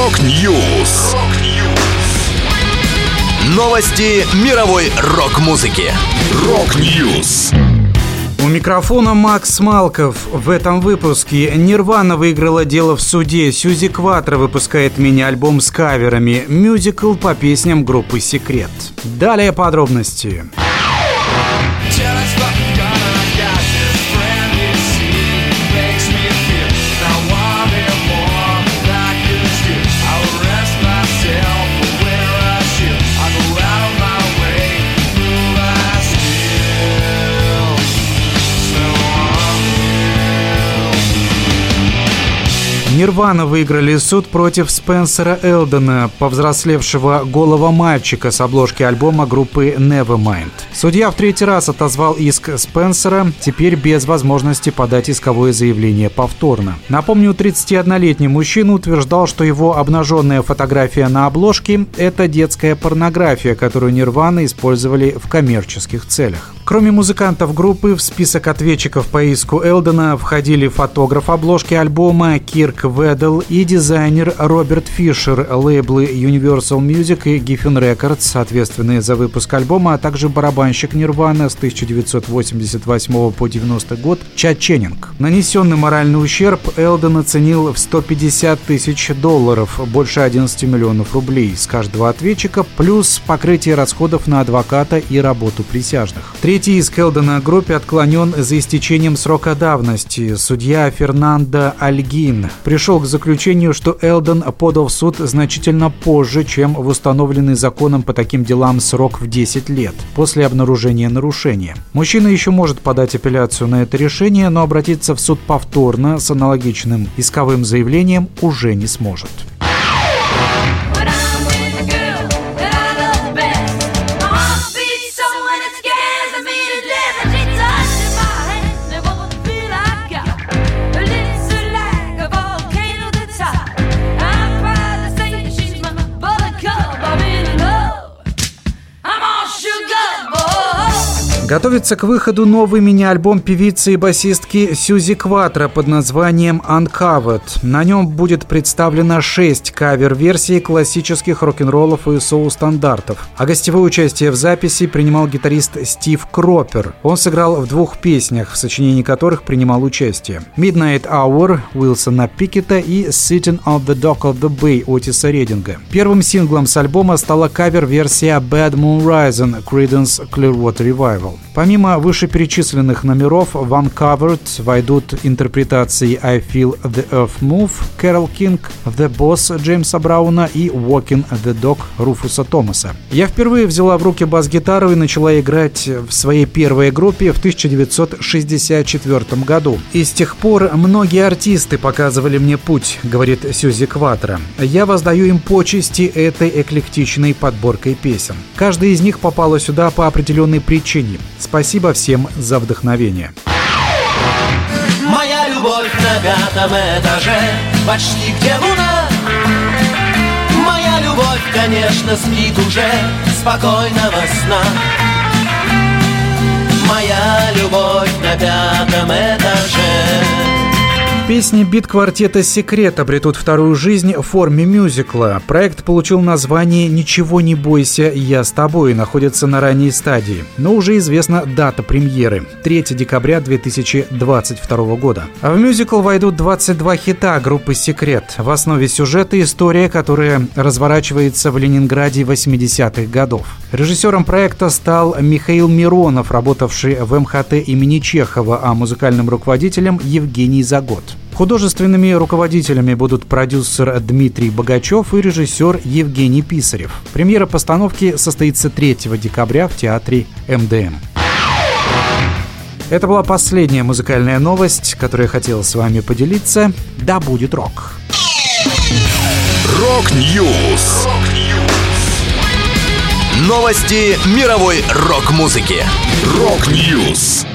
Рок-Ньюс. Новости мировой рок-музыки. Рок-Ньюс. У микрофона Макс Малков. В этом выпуске Нирвана выиграла дело в суде. Сьюзи Кватро выпускает мини-альбом с каверами. Мюзикл по песням группы «Секрет». Далее подробности. Нирвана выиграли суд против Спенсера Элдона, повзрослевшего голого мальчика с обложки альбома группы Nevermind. Судья в третий раз отозвал иск Спенсера, теперь без возможности подать исковое заявление повторно. Напомню, 31-летний мужчина утверждал, что его обнаженная фотография на обложке – это детская порнография, которую Нирвана использовали в коммерческих целях. Кроме музыкантов группы, в список ответчиков по иску Элдона входили фотограф обложки альбома Кирк Ведл и дизайнер Роберт Фишер, лейблы Universal Music и Geffen Records, ответственные за выпуск альбома, а также барабанщик Нирвана с 1988 по 90 год Чад Ченнинг. Нанесенный моральный ущерб Элдон оценил в $150 тысяч, больше 11 миллионов рублей с каждого ответчика, плюс покрытие расходов на адвоката и работу присяжных. Третий иск Элдона группе отклонен за истечением срока давности. Судья Фернандо Альгин пришел к заключению, что Элдон подал в суд значительно позже, чем в установленный законом по таким делам срок в 10 лет, после обнаружения нарушения. Мужчина еще может подать апелляцию на это решение, но обратиться в суд повторно с аналогичным исковым заявлением уже не сможет. Готовится к выходу новый мини-альбом певицы и басистки Сьюзи Кватро под названием Uncovered. На нем будет представлено 6 кавер-версий классических рок-н-роллов и соул-стандартов. А гостевое участие в записи принимал гитарист Стив Кропер. Он сыграл в 2 песнях, в сочинении которых принимал участие: Midnight Hour Уилсона Пикета и Sitting on the Dock of the Bay Отиса Рединга. Первым синглом с альбома стала кавер-версия Bad Moon Rising Creedence Clearwater Revival. Помимо вышеперечисленных номеров, в Uncovered войдут интерпретации I Feel the Earth Move Кэрол Кинг, The Boss Джеймса Брауна и Walking the Dog Руфуса Томаса. Я впервые взяла в руки бас-гитару и начала играть в своей первой группе в 1964 году. И с тех пор многие артисты показывали мне путь, говорит Сьюзи Кватро. Я воздаю им почести этой эклектичной подборкой песен. Каждая из них попала сюда по определенной причине. Спасибо всем за вдохновение. Моя любовь на 5-м этаже, почти где луна. Моя любовь, конечно, спит уже, спокойного сна. Моя любовь на 5-м этаже. Песни бит-квартета «Секрет» обретут вторую жизнь в форме мюзикла. Проект получил название «Ничего не бойся, я с тобой», находится на ранней стадии. Но уже известна дата премьеры – 3 декабря 2022 года. А в мюзикл войдут 22 хита группы «Секрет». В основе сюжета история, которая разворачивается в Ленинграде 80-х годов. Режиссером проекта стал Михаил Миронов, работавший в МХТ имени Чехова, а музыкальным руководителем Евгений Загот. Художественными руководителями будут продюсер Дмитрий Богачев и режиссер Евгений Писарев. Премьера постановки состоится 3 декабря в театре МДМ. Это была последняя музыкальная новость, которую я хотел с вами поделиться. Да будет рок! Рок-Ньюс. Новости мировой рок-музыки. Рок-Ньюс.